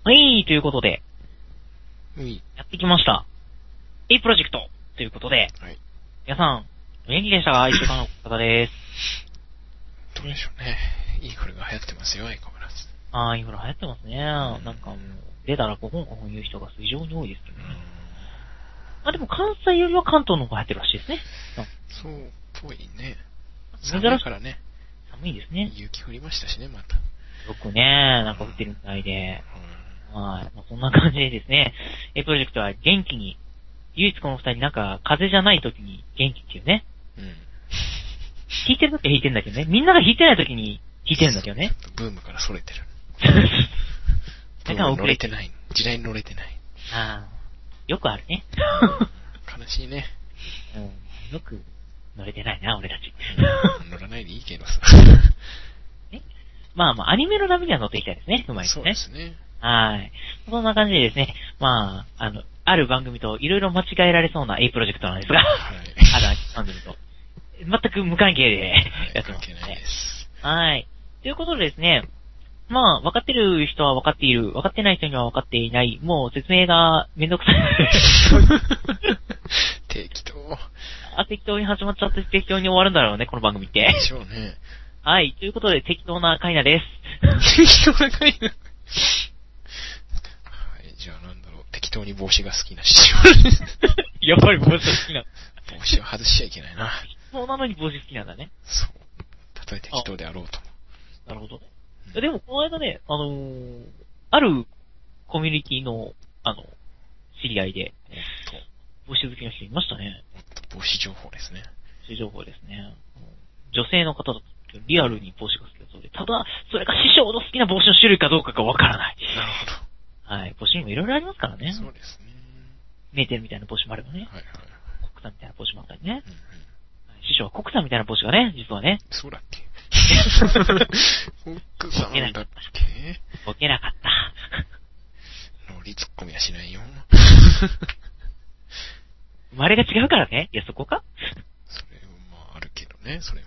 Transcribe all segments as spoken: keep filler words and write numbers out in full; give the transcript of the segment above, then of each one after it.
はい、ということで、 はい。 やってきました。A プロジェクトということで、 はい。 皆さん、お元気でしたか？一週間の方です。 どうでしょうね。インフルが流行ってますよ、相変わらず。 あー、インフル流行ってますね。なんかもう、出たらここんここん言う人が非常に多いですけどね。あ、でも関西よりは関東の方が流行ってるらしいですね。 そうっぽいね。 珍しい寒いからね。 寒いですね。 雪降りましたしね、また。 よくね、なんか降ってるみたいで。はい。まあ、そんな感じでですね、A プロジェクトは元気に、唯一この二人なんか風邪じゃない時に元気っていうね。 うん。 弾いてる時は弾いてるんだけどね。みんなが弾いてない時に弾いてるんだけどね。 ちょっとブームから逸れてる。ブだからームに乗れてない。時代に乗れてない。 ああ、よくあるね。 悲しいね。 うん。よく乗れてないな、俺たち。 うん、乗らないでいいけどさ。 ね、まあまあ、アニメの波には乗っていきたいですね。うまいですね。 そうですね。 はい。そんな感じでですね、まあ、あの、ある番組といろいろ間違えられそうな A プロジェクトなんですが、はい、ある番組と、全く無関係でやってます、ね。 関係ないです。 はい。ということでですね、まあ、分かってる人は分かっている、分かってない人には分かっていない、もう説明がめんどくさい。 適当。 あ、適当に始まっちゃって適当に終わるんだろうね、この番組って。 でしょうね。 はい、ということで適当なカイナです。 適当なカイナ。はい、じゃあなんだろう。適当に帽子が好きな師匠。 やっぱり帽子が好きなんだ。 帽子を外しちゃいけないな。 そうなのに帽子好きなんだね。 そう。たとえ適当であろうと。 なるほどね。でも、この間ね、あのー、あるコミュニティの、あの、知り合いで、帽子好きの人いましたね。 おっと、帽子情報ですね。 帽子情報ですね。女性の方だとリアルに帽子が好きだそうで、ただ、それが師匠の好きな帽子の種類かどうかがわからない。 なるほど。はい。帽子にもいろいろありますからね。 そうですね。 メーテルみたいな帽子もあればね。 はいはい。 コクさんみたいな帽子もあったりね。 うんうん、 師匠はコクさんみたいな帽子がね、実はね。 そうだっけコクさんだっけボケなかった。 ノリツッコミはしないよ。 生まれが違うからね。いや、そこかそれもあるけどね、それも。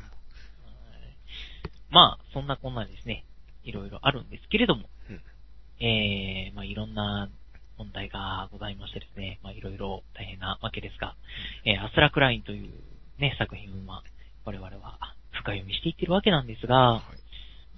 まあ、そんなこんなですね、いろいろあるんですけれども、 うん、 えー、まあいろんな問題がございましてですね、まあいろいろ大変なわけですが、うん、えー、アスラクラインというね、作品をまあ、我々は深読みしていってるわけなんですが、はい、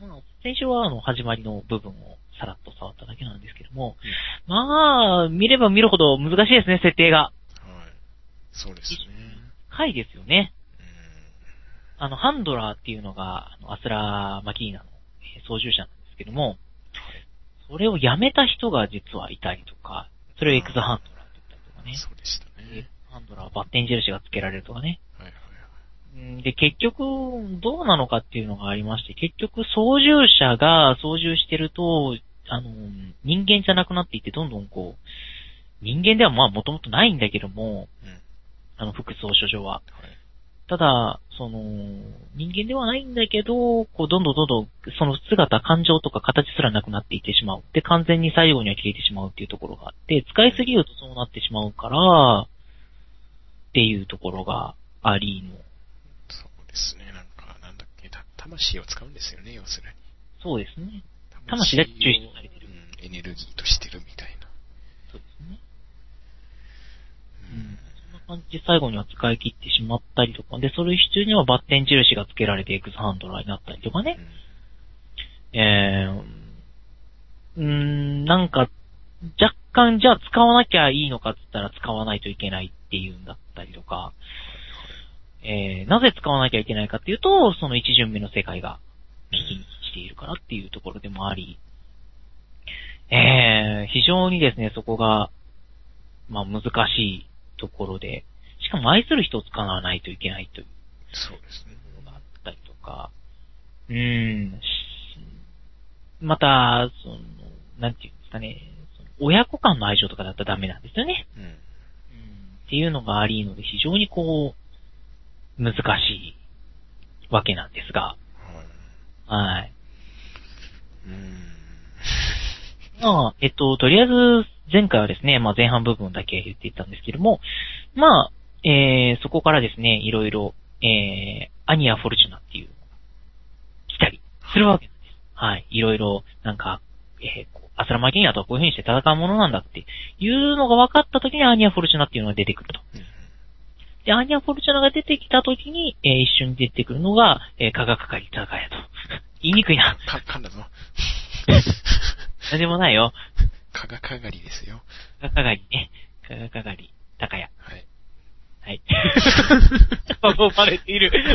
まあ、先週はあの、始まりの部分をさらっと触っただけなんですけども、うん、まあ、見れば見るほど難しいですね、設定が。はい。 そうですね。 深いですよね。あの、ハンドラーっていうのが、あのアスラ・マキーナの操縦者なんですけども、はい、それを辞めた人が実はいたりとか、それをエクザハンドラーって言ったりとかね。 そうでしたね。 ハンドラーはバッテン印が付けられるとかね。 はいはいはい。 で、結局、どうなのかっていうのがありまして、結局、操縦者が操縦してると、あの、人間じゃなくなっていって、どんどんこう、人間ではまあ、もともとないんだけども、うん、あの、副操縦所は。はい、ただ、その、人間ではないんだけど、こう、どんどんどんどん、その姿、感情とか形すらなくなっていってしまう。で、完全に最後には消えてしまうっていうところがあって、使いすぎるとそうなってしまうから、っていうところがありの。 そうですね、なんか、なんだっけ、魂を使うんですよね、要するに。 そうですね。魂だけ抽出されてる。 うん、エネルギーとしてるみたいな。 そうですね。うん。うん感じで最後には使い切ってしまったりとか、で、それ必要にはバッテン印が付けられてエクスハンドラーになったりとかね。うん、えー、うーん、なんか、若干じゃあ使わなきゃいいのかって言ったら使わないといけないっていうんだったりとか、えー、なぜ使わなきゃいけないかっていうと、その一巡目の世界が危機にしているからっていうところでもあり、えー、非常にですね、そこが、まあ難しいところで、しかも愛する人を使わないといけないという。 そうですね。 があったりとか、うーん、また、その、なんていうんですかね、その親子間の愛情とかだったらダメなんですよね。うん。うん、っていうのがありので、非常にこう、難しいわけなんですが、はい。はい。 うーん。 まあ、えっと、とりあえず、前回はですね、まあ前半部分だけ言っていったんですけども、まあ、えー、そこからですね、いろいろ、えー、アニア・フォルチュナっていう、来たりするわけなんです。はい。いろいろ、なんか、えー、こうアスラマギーナとはこういう風にして戦うものなんだっていうのが分かった時にアーニャ・フォルチュナっていうのが出てくると。 うん。 で、アーニャ・フォルチュナが出てきた時に、えー、一緒に出てくるのが、えー、科学係高谷と。言いにくいな。 か、かんだぞ。 なんでもないよ。 科学係ですよ。 科学係ね。科学係高谷。 はい。 はい。もうバレている。はい。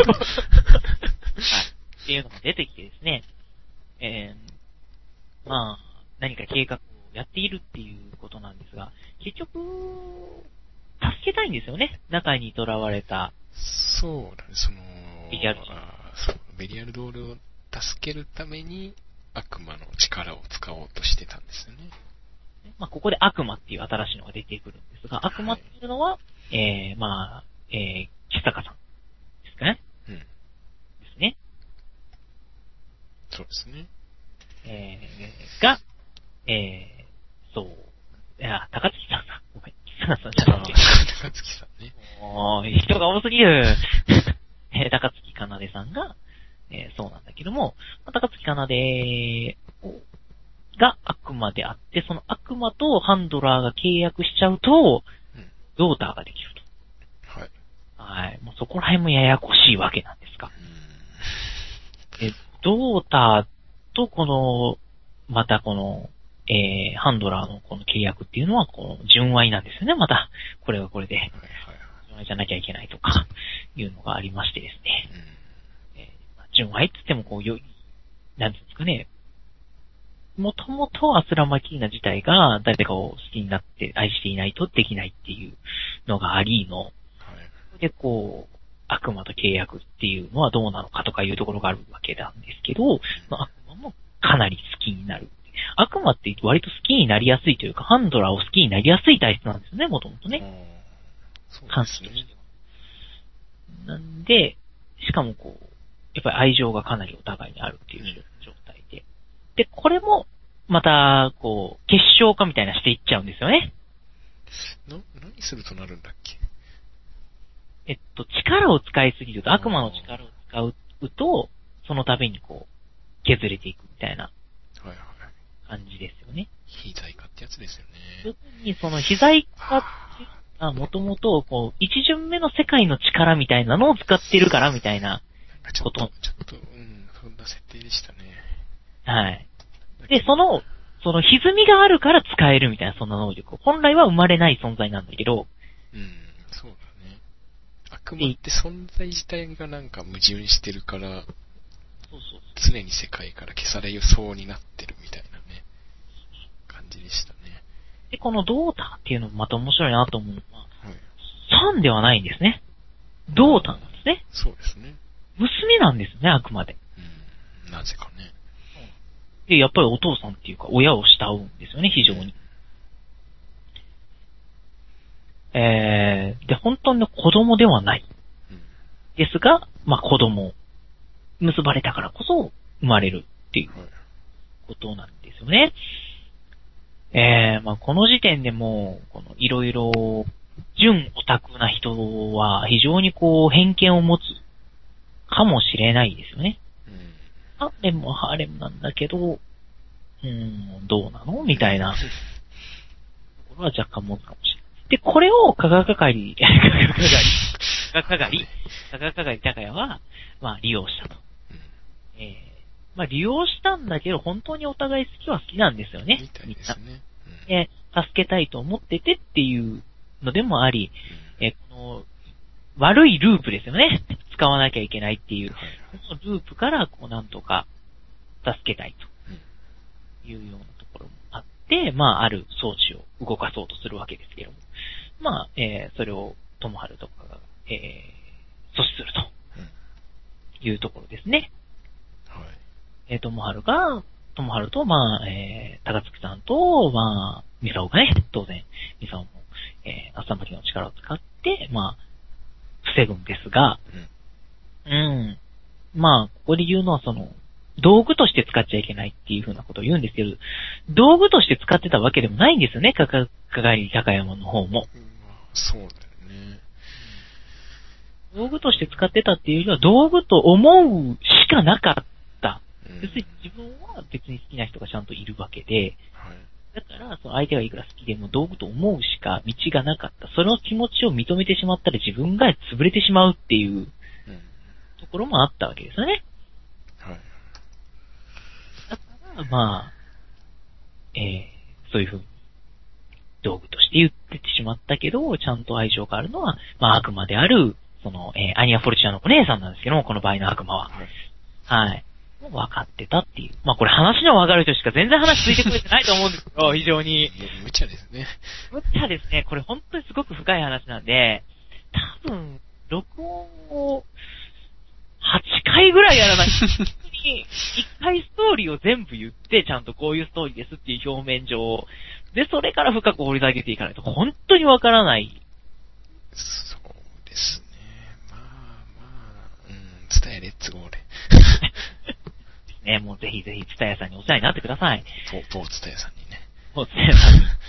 っていうのが出てきてですね。えー、まあ、何か計画をやっているっていうことなんですが、結局、助けたいんですよね。中に囚われた。 そうだね、その、 ベリアルあそう、ベリアルドールを助けるために悪魔の力を使おうとしてたんですよね。 まあ、ここで悪魔っていう新しいのが出てくるんですが、悪魔っていうのは、はい、えー、まあ、えー、木坂さんですかね。 うん。 ですね。 そうですね。 えー、が、えー、そう。いや、高月さんだ。ごめん。木坂さんじゃなくて。 高月さんね。 もう、人が多すぎる。えー、高月かなでさんが、えー、そうなんだけども、高月かなでが悪魔であって、その悪魔とハンドラーが契約しちゃうと、うん、ドーターができると。 はい。 はい。もうそこら辺もややこしいわけなんですが。え、ドーターとこの、またこの、えー、ハンドラーのこの契約っていうのは、この、純愛なんですよね、また。これはこれで。はいはいはい。純愛じゃなきゃいけないとか、いうのがありましてですね。うん、えー、純愛って言ってもこう、よ、なんていうんですかね。もともとアスラマキーナ自体が誰かを好きになって愛していないとできないっていうのがありの、はい、で、こう、悪魔と契約っていうのはどうなのかとかいうところがあるわけなんですけど、まあ、悪魔もかなり好きになる。悪魔って割と好きになりやすいというか、ハンドラーを好きになりやすい体質なんですよね、もともとね。 そうですね。 なんで、しかもこう、やっぱり愛情がかなりお互いにあるっていう状態で。で、これも、また、こう、結晶化みたいなしていっちゃうんですよね。 な、何するとなるんだっけ？ えっと、力を使いすぎると、悪魔の力を使うと、その度にこう、削れていくみたいな感じですよね。 非罪化ってやつですよね。 特にその非罪化っていうのは、もともと、こう、一巡目の世界の力みたいなのを使ってるからみたいなこと。 ちょっと、うん、そんな設定でしたね。 はい。で、その、その歪みがあるから使えるみたいな、そんな能力。本来は生まれない存在なんだけど。 うん、そうだね。悪魔って存在自体がなんか矛盾してるから、そうそうそう、常に世界から消されそうになってるみたいなね、感じでしたね。 で、このドーターっていうのもまた面白いなと思うのは、はい、サンではないんですね。ドーターなんですね。 そうですね。 娘なんですね、あくまで。 うん、なぜかね。 で、やっぱりお父さんっていうか、親を慕うんですよね、非常に。えー、で、本当に子供ではない。うん、ですが、まあ子供、結ばれたからこそ生まれるっていうことなんですよね。えー、まあこの時点でもう、このいろいろ、純オタクな人は非常にこう偏見を持つかもしれないですよね。ハーレムはハーレムなんだけど、うーん、どうなのみたいなところは若干持つかもしれない。で、これを科学係、科学係、科学係、科学係高谷は、まあ利用したと。えー、まあ利用したんだけど、本当にお互い好きは好きなんですよね。 みたいですね。 うん、えー、助けたいと思っててっていうのでもあり、うん、えー、この、悪いループですよね。使わなきゃいけないっていう。そのループから、こう、なんとか、助けたいというようなところもあって、まあ、ある装置を動かそうとするわけですけども。まあ、えー、それを、ともはるとかが、えー、阻止するというところですね。はい。えー、ともはるが、ともはると、まあ、えー、高月さんと、まあ、ミサオがね、当然、ミサオも、えー、アスタマキの力を使って、まあ、防ぐんですが、うん。うん。まあ、ここで言うのはその、道具として使っちゃいけないっていう風なことを言うんですけど、道具として使ってたわけでもないんですよね、かか、かがり高山の方も。 そうだよね。 道具として使ってたっていうよりは、道具と思うしかなかった。うん、別に自分は別に好きな人がちゃんといるわけで、はい、 だから、その相手がいくら好きでも道具と思うしか道がなかった。その気持ちを認めてしまったら自分が潰れてしまうっていうところもあったわけですよね。 はい。 だから、まあ、えー、そういうふうに道具として言ってしまったけど、ちゃんと愛情があるのは、まあ悪魔である、その、えー、アニア・フォルチアのお姉さんなんですけども、この場合の悪魔は。はい。はい。分かってたっていう。まあこれ話の分かる人しか全然話ついてくれてないと思うんですけど、非常に。 無茶ですね。 無茶ですね。これ本当にすごく深い話なんで、多分、録音をはちかいぐらいやらないと、本当にいっかいストーリーを全部言って、ちゃんとこういうストーリーですっていう表面上、で、それから深く掘り下げていかないと本当に分からない。 そうですね。まあまあ、うん、ツタヤレッツゴーで。 ね、もうぜひぜひツタヤさんにお世話になってください。 某ツタヤさんにね。 某ツタヤさんに。 はい、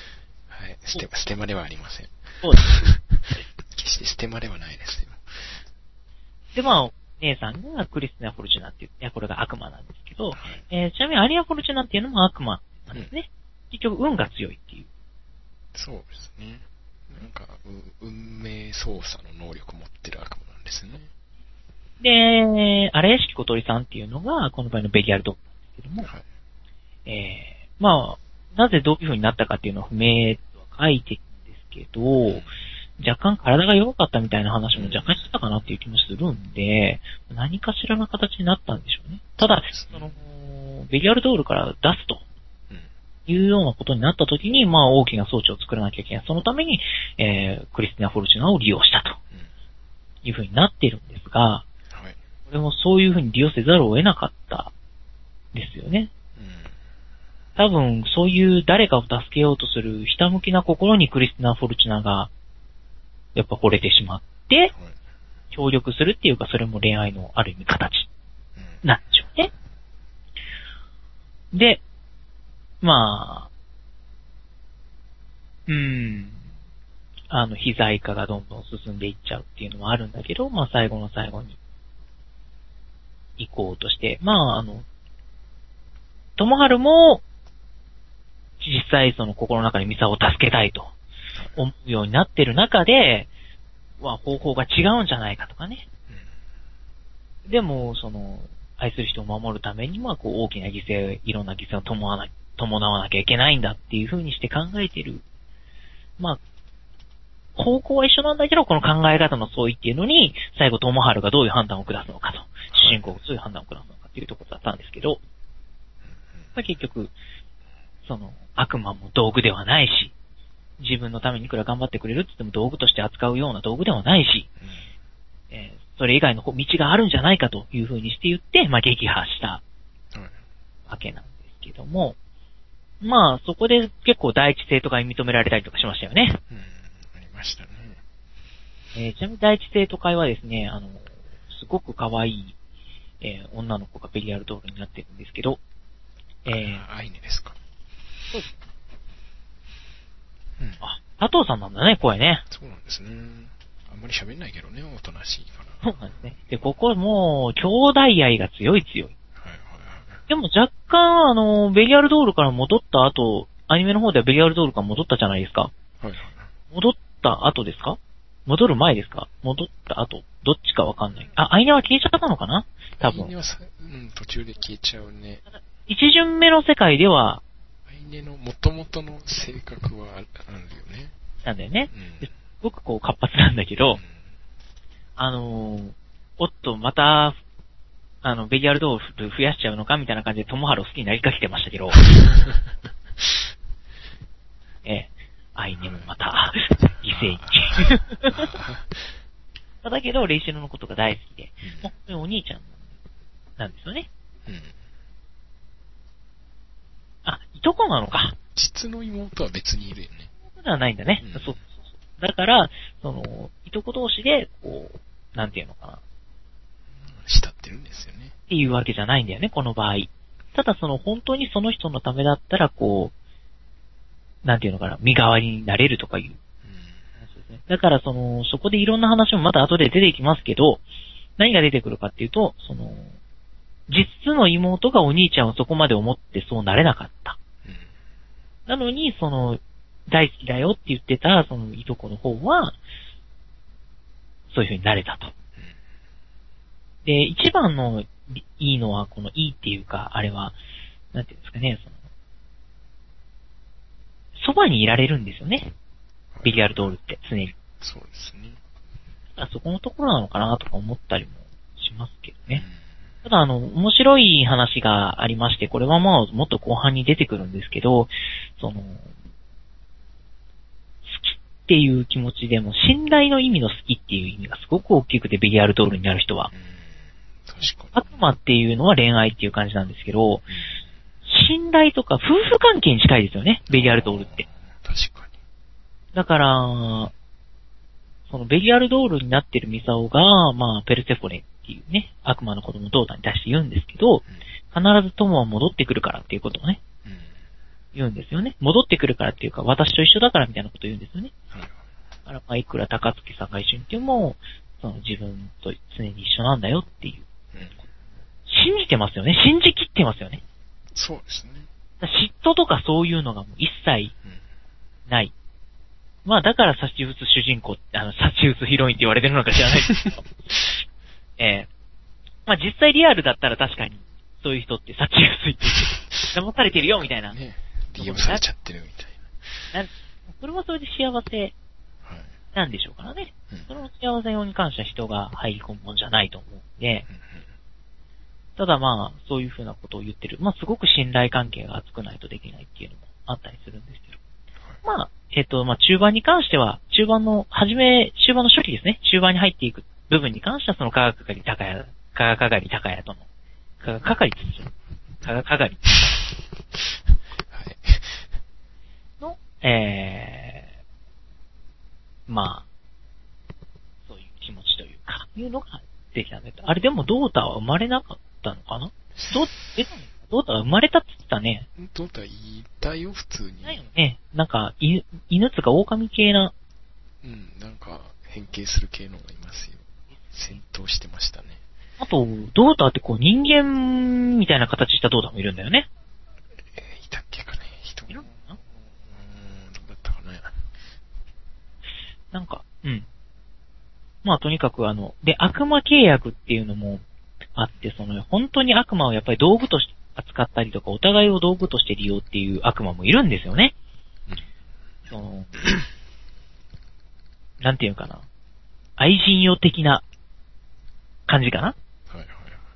ステマ、ステマではありません。 そうです。 決してステマではないですよ。 で、まあ、姉さんがクリスティナ・フォルチュナっていう、いや、これが悪魔なんですけど、 はい、 えー、ちなみにアリア・フォルチュナっていうのも悪魔なんですね。うん、結局、運が強いっていう。 そうですね。なんか、運命操作の能力を持ってる悪魔なんですね。 で、荒屋敷小鳥さんっていうのが、この場合のベリアルドなんですけども、はい、えー、まあ、なぜどういう風になったかっていうのは不明とは書いてるんですけど、うん、若干体が弱かったみたいな話も若干してたかなっていう気もするんで、何かしらの形になったんでしょうね。ただ、その、ベリアルドールから出すと。いうようなことになったときに、まあ大きな装置を作らなきゃいけない。そのために、えー、クリスティナ・フォルチュナを利用したというふうになっているんですが、はい、これもそういうふうに利用せざるを得なかったですよね。うん、多分、そういう誰かを助けようとするひたむきな心にクリスティナ・フォルチュナが、やっぱ惚れてしまって、はい、協力するっていうか、それも恋愛のある意味形なんでしょうね。で、まあ、うーん、あの、非在化がどんどん進んでいっちゃうっていうのはあるんだけど、まあ最後の最後に行こうとして、まああの、ともはるも、実際その心の中にミサを助けたいと思うようになってる中で、まあ方法が違うんじゃないかとかね。でも、その、愛する人を守るためには、こう大きな犠牲、いろんな犠牲を伴わな伴わなきゃいけないんだっていう風にして考えている。まあ、方向は一緒なんだけど、この考え方の相違っていうのに、最後、ともはるがどういう判断を下すのかと、主人公がどういう判断を下すのかっていうところだったんですけど、まあ、結局、その、悪魔も道具ではないし、自分のためにいくら頑張ってくれるって言っても道具として扱うような道具ではないし、えー、それ以外の道があるんじゃないかという風にして言って、まあ、撃破したわけなんですけども、まあ、そこで結構第一生徒会認められたりとかしましたよね。 うん、ありましたね。 えー、ちなみに第一生徒会はですね、あの、すごく可愛い、えー、女の子がベリアルドールになってるんですけど、 えー、アイネですか。 そうです。うん。あ、佐藤さんなんだね、声ね。 そうなんですね。あんまり喋んないけどね、おとなしいから。 そうなんですね。で、ここもう、兄弟愛が強い強い。でも若干、あの、ベリアルドールから戻った後、アニメの方ではベリアルドールから戻ったじゃないですか。はいはい。戻った後ですか？戻る前ですか？戻った後。どっちかわかんない。あ、アイネは消えちゃったのかな？多分。 アイネはさ、うん、途中で消えちゃうね。 一巡目の世界では、 アイネの元々の性格はあるよね。 なんだよね。 うん、 すごくこう活発なんだけど、うん、あのー、おっと、また、あの、ベリアルドール増やしちゃうのかみたいな感じで、ともはるを好きになりかけてましたけど。ええ、アイネもまた、犠牲に。だけど、レイシェルのことが大好きで、うん、本当にお兄ちゃんなんですよね。うん。あ、いとこなのか。 実の妹は別にいるよね。 妹ではないんだね。うん、そうそうそう。だから、その、いとこ同士で、こう、なんていうのかな。 慕ってるんですよね。 っていうわけじゃないんだよね、この場合。ただその本当にその人のためだったら、こう、なんていうのかな、身代わりになれるとかいう。うん、だからその、そこでいろんな話もまた後で出てきますけど、何が出てくるかっていうと、その、実の妹がお兄ちゃんをそこまで思ってそうなれなかった。うん、 なのに、その、大好きだよって言ってた、そのいとこの方は、そういう風になれたと。で、一番のいいのは、このいいっていうか、あれは、なんていうんですかね、その、そばにいられるんですよね。ビリヤルドールって常に。 そうですね。 あそこのところなのかなとか思ったりもしますけどね。ただあの、面白い話がありまして、これはもうもっと後半に出てくるんですけど、その、好きっていう気持ちでも、信頼の意味の好きっていう意味がすごく大きくて、ビリヤルドールになる人は。 確かに。 悪魔っていうのは恋愛っていう感じなんですけど、信頼とか夫婦関係に近いですよね、ビリヤルドールって。 確かに。 だから、そのベリアルドールになってるミサオが、まあ、ペルセフォネっていうね、悪魔の子供ドータに対して言うんですけど、必ず友は戻ってくるからっていうことをね、うん、言うんですよね。戻ってくるからっていうか、私と一緒だからみたいなことを言うんですよね。はい、だから、まあ、いくら高槻さんが一緒にいても、その自分と常に一緒なんだよっていう。うん、信じてますよね。信じきってますよね。 そうですね。 嫉妬とかそういうのがもう一切ない。うんまあだから差し打つ主人公、あの、差し打つヒロインって言われてるのか知らないですけど。ええー。まあ実際リアルだったら確かに、そういう人って差し打つって言って、騙されてるよみたいな。 ね。利用されちゃってるみたいな。 なそれもそれで幸せなんでしょうからね。はい、その幸せ用に関しては人が入り込むもんじゃないと思うんで、うんうん、ただまあ、そういうふうなことを言ってる。まあすごく信頼関係が厚くないとできないっていうのもあったりするんですけど。まあ、えっと、まあ、中盤に関しては、中盤の、はじめ、中盤の初期ですね。中盤に入っていく部分に関しては、その科学係高谷、科学係高谷との、科学係ですよ。科学係。はい。の、えー、まあ、そういう気持ちというか、いうのができたんだけど、あれでもドータは生まれなかったのかなどう、出たのドータは生まれたって言ってたね。 ドータいたよ、普通に。 だよね。なんか、犬、犬つか狼系な。 うん、なんか、変形する系のがいますよ。戦闘してましたね。 あと、ドータってこう人間みたいな形したドータもいるんだよね。 えー、いたっけかね、人。いるのかな？うーん、どうだったかね。 なんか、うん。まあとにかくあの、で、悪魔契約っていうのもあって、その、本当に悪魔をやっぱり道具として扱ったりとか、お互いを道具として利用っていう悪魔もいるんですよね。うん、その、なんていうかな。愛人用的な感じかな。はいはい。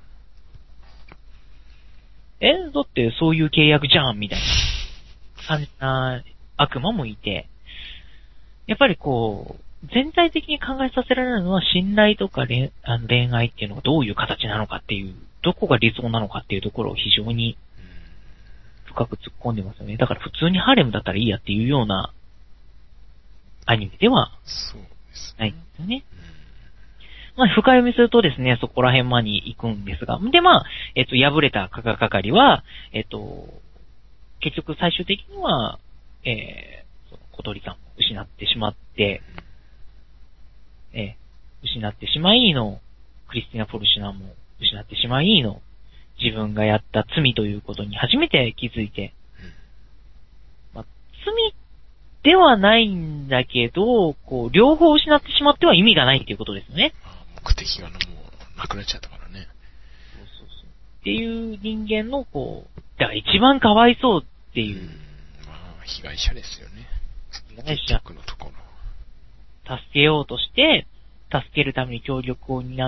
え、だってそういう契約じゃんみたいな感じな悪魔もいて、やっぱりこう、全体的に考えさせられるのは信頼とか恋、あの恋愛っていうのがどういう形なのかっていう、どこが理想なのかっていうところを非常に深く突っ込んでますよね。だから普通にハーレムだったらいいやっていうようなアニメではないんですよね。まあ、深読みするとですね、そこら辺まで行くんですが。で、まあ、えっと、敗れた科学係は、えっと、結局最終的には、えー、その小鳥さんを失ってしまって、えー、失ってしまいの、クリスティナ・ポルシュナーも失ってしまいの、自分がやった罪ということに初めて気づいて、まあ、罪ではないんだけど、こう、両方失ってしまっては意味がないっていうことですよね。 目的がもう、なくなっちゃったからね。そうそうそう。っていう人間の、こう、だから一番かわいそうっていう。うん、 まあ、被害者ですよね。 被害者。 のところ。助けようとして、助けるために協力を担って、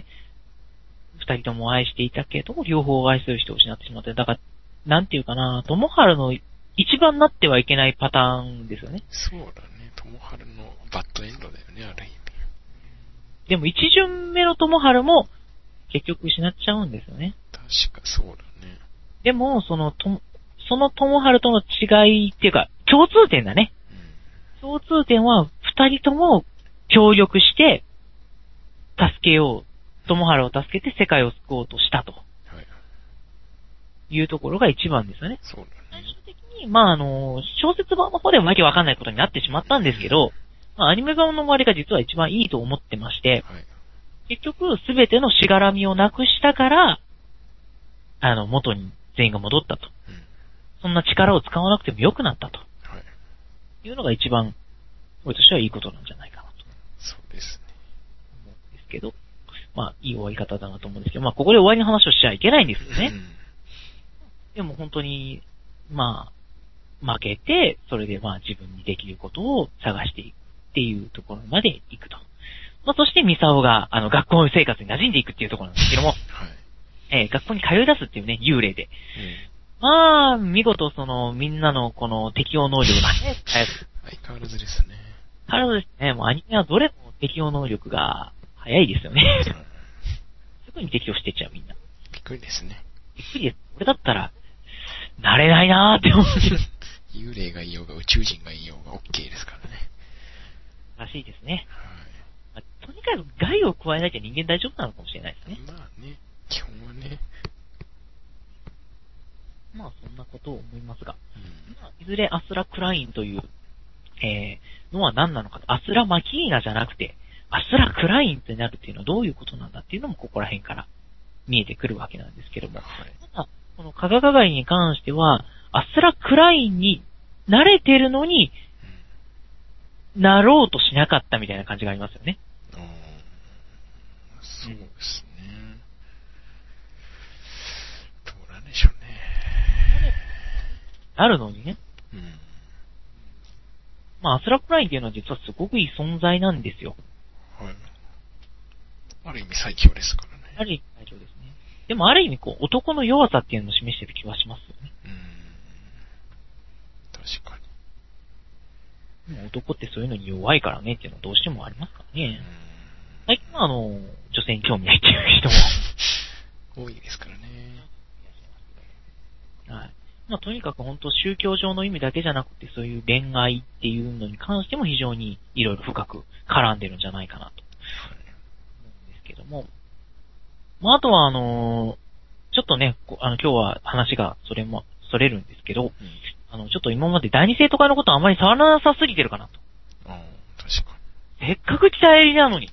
二人とも愛していたけど、両方愛する人を失ってしまって、だから、なんていうかな、友春の一番なってはいけないパターンですよね。 そうだね。友春のバッドエンドだよね、ある意味。 でも一巡目の友春も結局失っちゃうんですよね。 確かそうだね。 でも、そのと、その友春との違いっていうか、共通点だね。うん、共通点は二人とも協力して助けよう。友春を助けて世界を救おうとしたと。はい。いうところが一番ですよね。 そうだね。 最終的に、まああの、小説版の方ではわけわかんないことになってしまったんですけど、まあ、アニメ版の終わりが実は一番いいと思ってまして、はい、結局すべてのしがらみをなくしたから、あの、元に全員が戻ったと。うん、 そんな力を使わなくても良くなったと。 はい。 いうのが一番、俺としてはいいことなんじゃないかなと。 そうですね。 思うんですけど、まあ、いい終わり方だなと思うんですけど、まあ、ここで終わりの話をしちゃいけないんですよね。うん、でも本当に、まあ、負けて、それでまあ自分にできることを探していくっていうところまで行くと。まあ、そしてミサオが、あの、学校生活に馴染んでいくっていうところなんですけども、はい。えー、学校に通い出すっていうね、幽霊で。うん、まあ、見事その、みんなのこの適応能力がね、 相変わらずですね。 相変わらずですね、もうアニメはどれも適応能力が早いですよね。うん、すぐに適応してっちゃうみんな。 びっくりですね。 びっくりです。俺だったら、なれないなーって思ってる。 幽霊がいようが宇宙人がいようが OK ですからね。 らしいですね。はい。まあ、とにかく害を加えなきゃ人間大丈夫なのかもしれないですね。 まあね、基本はね。 まあそんなことを思いますが、うんまあ、いずれアスラ・クラインという、えー、のは何なのかと、アスラ・マキーナじゃなくて、アスラ・クラインってなるっていうのはどういうことなんだっていうのもここら辺から見えてくるわけなんですけども、はい、ただこの科学係に関しては、アスラ・クラインに慣れてるのに、なろうとしなかったみたいな感じがありますよね。 あそうですね。どうなんでしょうね。 なるのにね。 うん。 まあ、アスラ・クラインっていうのは実はすごくいい存在なんですよ。 はい。ある意味最強ですからね。 ある意味最強ですね。でもある意味こう、男の弱さっていうのを示してる気はしますよね。 うん。確かに。 男ってそういうのに弱いからねっていうのはどうしてもありますからね。最近はあの、女性に興味ないっていう人も多いですからね。 はい。まあとにかく本当宗教上の意味だけじゃなくてそういう恋愛っていうのに関しても非常にいろいろ深く絡んでるんじゃないかなと思うんですけども。まああとはあの、ちょっとね、あの今日は話がそれも、それるんですけど、うんあの、ちょっと今まで第二生徒会のことあまり触らなさすぎてるかなと。 ああ、確かに。せっかく期待入りなのに。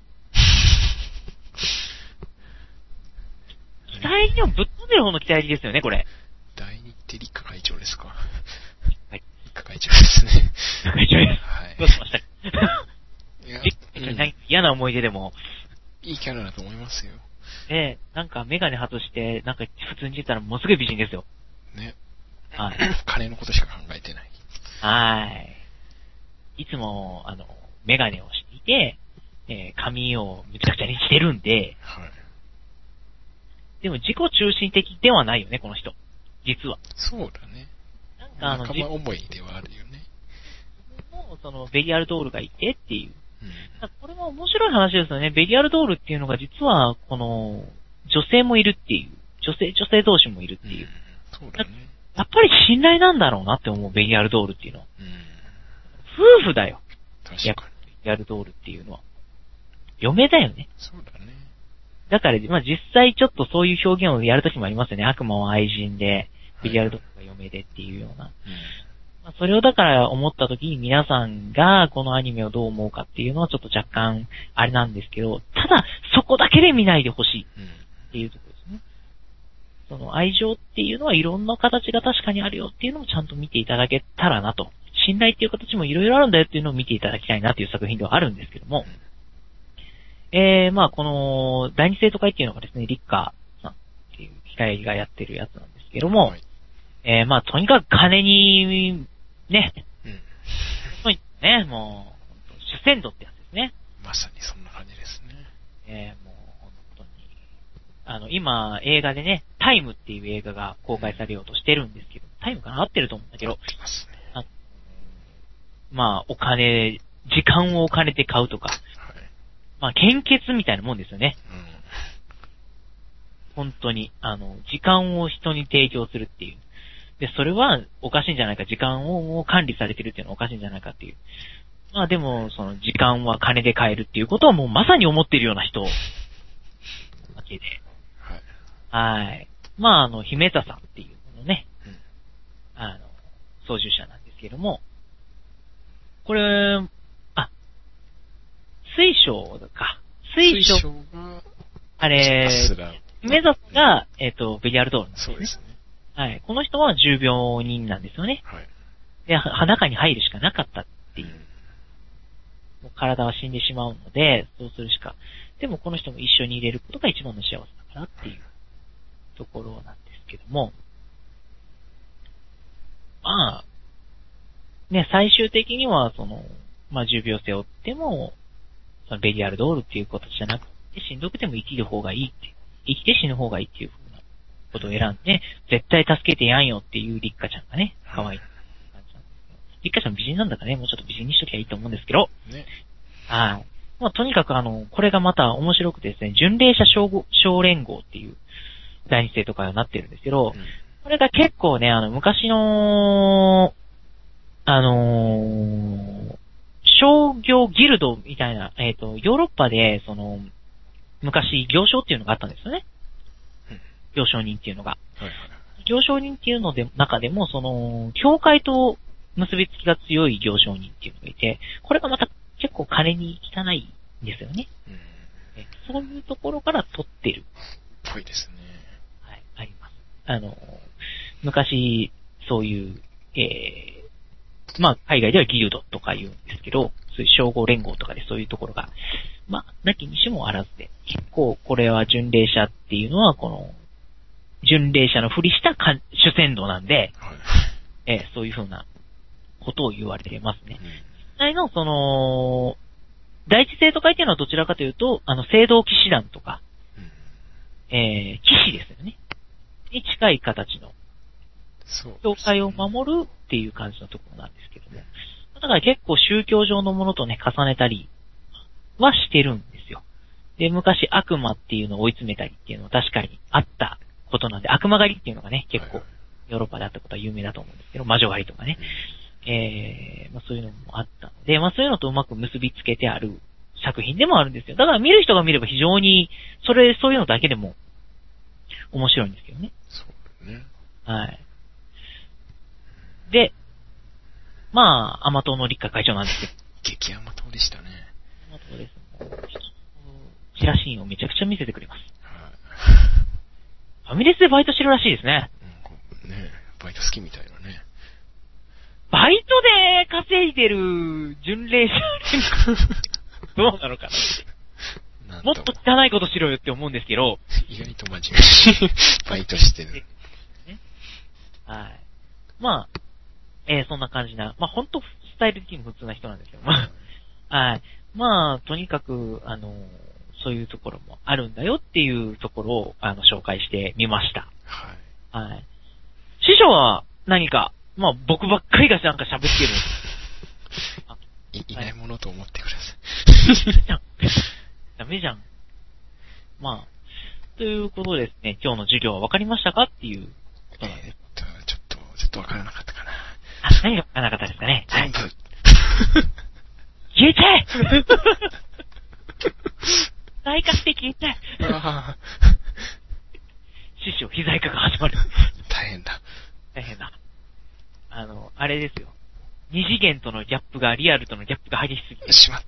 期待入りをぶっ飛んでる方の期待入りですよね、これ。 第二って立花会長ですか。 はい。 立花会長ですね。 立花会長です。はい。どうしましたいや、うん、嫌な思い出でも。 いいキャラだと思いますよ。 ええ、なんかメガネ外して、なんか普通に出たらもうすぐ美人ですよ。 ね。 はい。 金のことしか考えてない。 はい。いつも、あの、メガネをしていて、えー、髪をむちゃくちゃにしてるんで、はい。でも自己中心的ではないよね、この人。実は。 そうだね。 なんかあの、 仲間思いではあるよね。 もう、その、ベリアルドールがいてっていう。うん、これは面白い話ですよね。ベリアルドールっていうのが実は、この、女性もいるっていう。女性、女性同士もいるっていう。 うん、そうだね。 やっぱり信頼なんだろうなって思う、ベリアルドールっていうのは。うん、夫婦だよ。 確かに。 ベリアルドールっていうのは。嫁だよね。 そうだね。 だから、まあ、実際ちょっとそういう表現をやるときもありますよね。悪魔は愛人で、ベリアルドールが嫁でっていうような。はいうんまあ、それをだから思ったときに皆さんがこのアニメをどう思うかっていうのはちょっと若干あれなんですけど、ただそこだけで見ないでほしいっていうところですね。その愛情っていうのはいろんな形が確かにあるよっていうのもちゃんと見ていただけたらなと。信頼っていう形もいろいろあるんだよっていうのを見ていただきたいなっていう作品ではあるんですけども。えー、まあこの第二生徒会っていうのがですね、リッカーさんっていう機械がやってるやつなんですけども、はい、えー、まあとにかく金に、ね、うん。ね、もう、主戦度ってやつですね。 まさにそんな感じですね。 えー、もう本当に。あの、今、映画でね、タイムっていう映画が公開されようとしてるんですけど、タイムかな合ってると思うんだけど、 ますね、 あまあ、お金、時間をお金で買うとか、はい、まあ、献血みたいなもんですよね。うん、本当に、あの、時間を人に提供するっていう。で、それはおかしいんじゃないか、時間を管理されてるっていうのはおかしいんじゃないかっていう。まあでも、その時間は金で買えるっていうことをもうまさに思っているような人、わけで。はい。はい。まああの、姫田さんっていうのね、うん、あの、操縦者なんですけども、これ、あ、水晶か。水晶。水晶が、あれ、姫田さんが、えっ、ー、と、ベリアルドールなんですね。 そうですね。 はい。この人は重病人なんですよね。 はい。 で、は中に入るしかなかったっていう。 うん、 もう体は死んでしまうので、そうするしか。でもこの人も一緒に入れることが一番の幸せだからっていうところなんですけども。まあ、ね、最終的には、その、まあ、重病を背負っても、そのベリアルドールっていうことじゃなくて、しんどくても生きる方がいいって、生きて死ぬ方がいいっていうふうなことを選んで、絶対助けてやんよっていうリッカちゃんがね、可愛い感じなんですけど。リッカちゃん美人なんだからね、もうちょっと美人にしときゃいいと思うんですけど、 ね。 はい。まあ、とにかくあの、これがまた面白くてですね、巡礼者小小連合っていう第二世とかになってるんですけど、うん、これが結構ね、あの、昔の、あのー、商業ギルドみたいな、えっと、ヨーロッパで、その、昔、行商っていうのがあったんですよね。うん、行商人っていうのが。はいはい、行商人っていうので、中でも、その、教会と結びつきが強い行商人っていうのがいて、これがまた結構金に汚いんですよね。うん、そういうところから取ってる。 ぽいですね。 はい、あります。あの、昔、そういう、えー、まあ、海外ではギルドとか言うんですけど、そういう称号連合とかでそういうところが、まあ、なきにしもあらずで、結構これは巡礼者っていうのは、この、巡礼者のふりした主戦道なんで、はい、えー、そういうふうなことを言われてますね。実際の、その、第一生徒会っていうのはどちらかというと、あの、聖堂騎士団とか、えー、騎士ですよね。に近い形の、教会を守るっていう感じのところなんですけども。だから結構宗教上のものとね、重ねたりはしてるんですよ。で、昔悪魔っていうのを追い詰めたりっていうのは確かにあったことなんで、悪魔狩りっていうのがね、結構ヨーロッパであったことは有名だと思うんですけど、魔女狩りとかね。えー、まあそういうのもあったので、まあそういうのとうまく結びつけてある作品でもあるんですよ。だから見る人が見れば非常に、それ、そういうのだけでも面白いんですけどね。 そうね。 はい。で、まあ、甘党の立花会長なんですけど。 激甘党でしたね。 甘党です。チラシーンをめちゃくちゃ見せてくれます。はい。ファミレスでバイトしてるらしいですね。 うん、ねえ、バイト好きみたいなね。 バイトで稼いでる巡礼者どうなのかなって。もっと汚いことしろよって思うんですけど。 意外と真面目にバイトしてる。 ね、はい。まあ、えー、そんな感じな、まあ、ほんとスタイル的にも普通な人なんですけど、まあ、はい。まあ、とにかく、あの、そういうところもあるんだよっていうところを、あの、紹介してみました。はい。はい。師匠は何か、まあ、僕ばっかりがなんか喋ってる。 い, いないものと思ってください。 ダメじゃん。まあ、ということですね。今日の授業は分かりましたかっていうことなんです。 えー、っと、ちょっと、ちょっと分からなかったかな。 あ、何が分からなかったですかね。 全部。はい、 消えちゃえ大化して消えちゃえ師匠、非在化が始まる。 大変だ。 大変だ。あの、あれですよ。二次元とのギャップが、リアルとのギャップが激しすぎて。 しまった。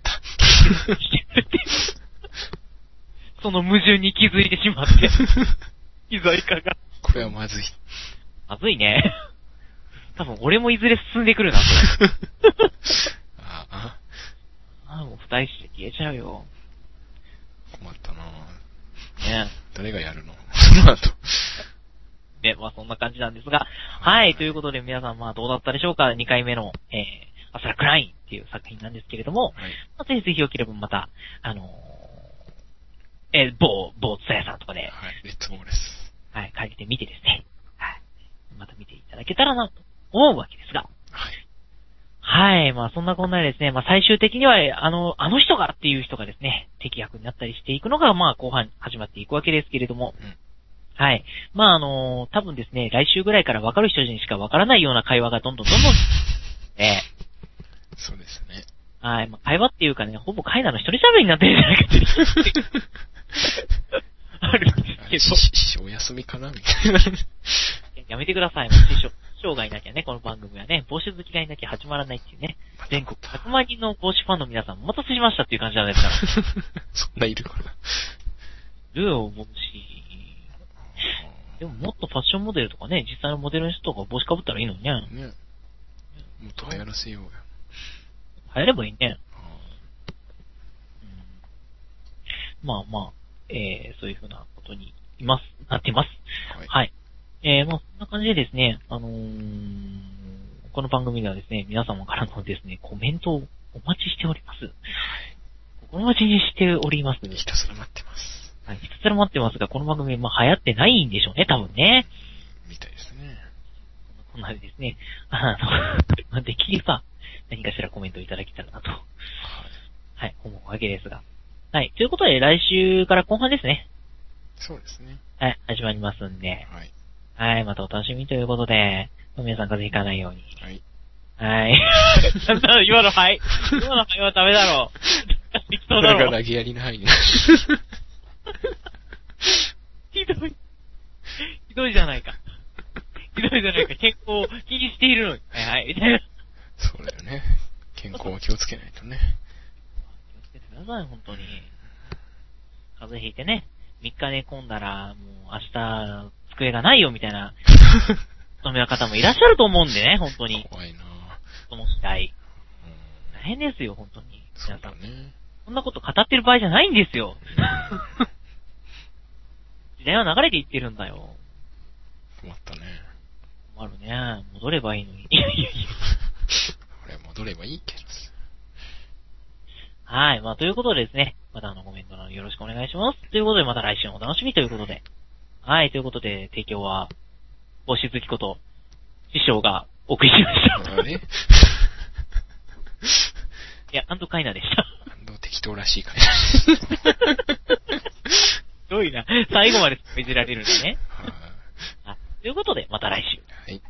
その矛盾に気づいてしまって。非在化が。 これはまずい。 まずいね。多分俺もいずれ進んでくるな、これ。 ああ。 ああ、もう二石で消えちゃうよ。 困ったなぁ。ね誰がやるのその後。 ね、まあそんな感じなんですが。はい、ということで皆さんまあどうだったでしょうか？にかいめの、えー、アスラクラインっていう作品なんですけれども、はい、まあ、ぜひぜひよければまた、あのー、えー、某、某ツタヤさんとかで、 はい、レッツゴーです。 はい、借りてみてですね。はい。また見ていただけたらなと思うわけですが。はい。はい。まあそんなこんなでですね、まあ最終的には、あの、あの人がっていう人がですね、敵役になったりしていくのが、まあ後半始まっていくわけですけれども。うん、はい。まああのー、多分ですね、来週ぐらいから分かる人にしか分からないような会話がどんどんどんどん、ね。 そうですね。 はい。まあ会話っていうかね、ほぼカイナの一人喋りになってるんじゃないかっていう。あるんですけど。 師匠お休みかなみたいな。 やめてください。もう師匠、師匠がいなきゃね、この番組はね、帽子好きがいなきゃ始まらないっていうね。全国ひゃくまん人の帽子ファンの皆さんお待たせしましたっていう感じじゃないですか。 そんないるかな。 いるよ、帽子。 でももっとファッションモデルとかね、実際のモデルの人とか帽子かぶったらいいのにね。 ね。もっと流行らせようよ。 流行ればいいね。 あうん、まあまあ、えー、そういうふうなことにいます、なってます。 はい。 はい。えー、まあ、そんな感じでですね、あのー、この番組ではですね、皆様からのですね、コメントをお待ちしております。心待ちにしております。 ひたすら待ってます。 はい、ひたすら待ってますが、この番組、まあ、流行ってないんでしょうね、多分ね。 みたいですね。 こんなでですね、あの、できれば、何かしらコメントいただけたらなと。はい。はい、思うわけですが。はい。ということで、来週から後半ですね。 そうですね。 はい、始まりますんで。 はい。 はい、またお楽しみということで、皆さん風邪ひかないように。 はい。 はい。今のはい。今のはいはダメだろう。適当だろ。 これが投げやりの範囲ね。 ひどい。ひどいじゃないか。ひどいじゃないか。健康を気にしているのに。はいはい。みたいな。 そうだよね。健康は気をつけないとね。 気をつけてください、本当に。風邪ひいてね、みっか寝込んだら、もう明日、机がないよ、みたいな、勤めの方もいらっしゃると思うんでね、本当に。 怖いなぁ。 その時代。 うん、 大変ですよ、本当に。 そうだね。 そんなこと語ってる場合じゃないんですよ。時代は流れていってるんだよ。 困ったね。 困るね。戻ればいいのに。いやいやいや。 俺戻ればいいけどさ。 はい。まあ、ということでですね。またあのコメントのよろしくお願いします。ということで、また来週もお楽しみということで。はい。ということで、提供は、帽子好きこと、師匠がお送りしました。 あれいや、安藤カイナでした。 安藤適当らしいから。 ひどいな。最後までいじられるんでね。 はあ、ということで、また来週。 い。はい。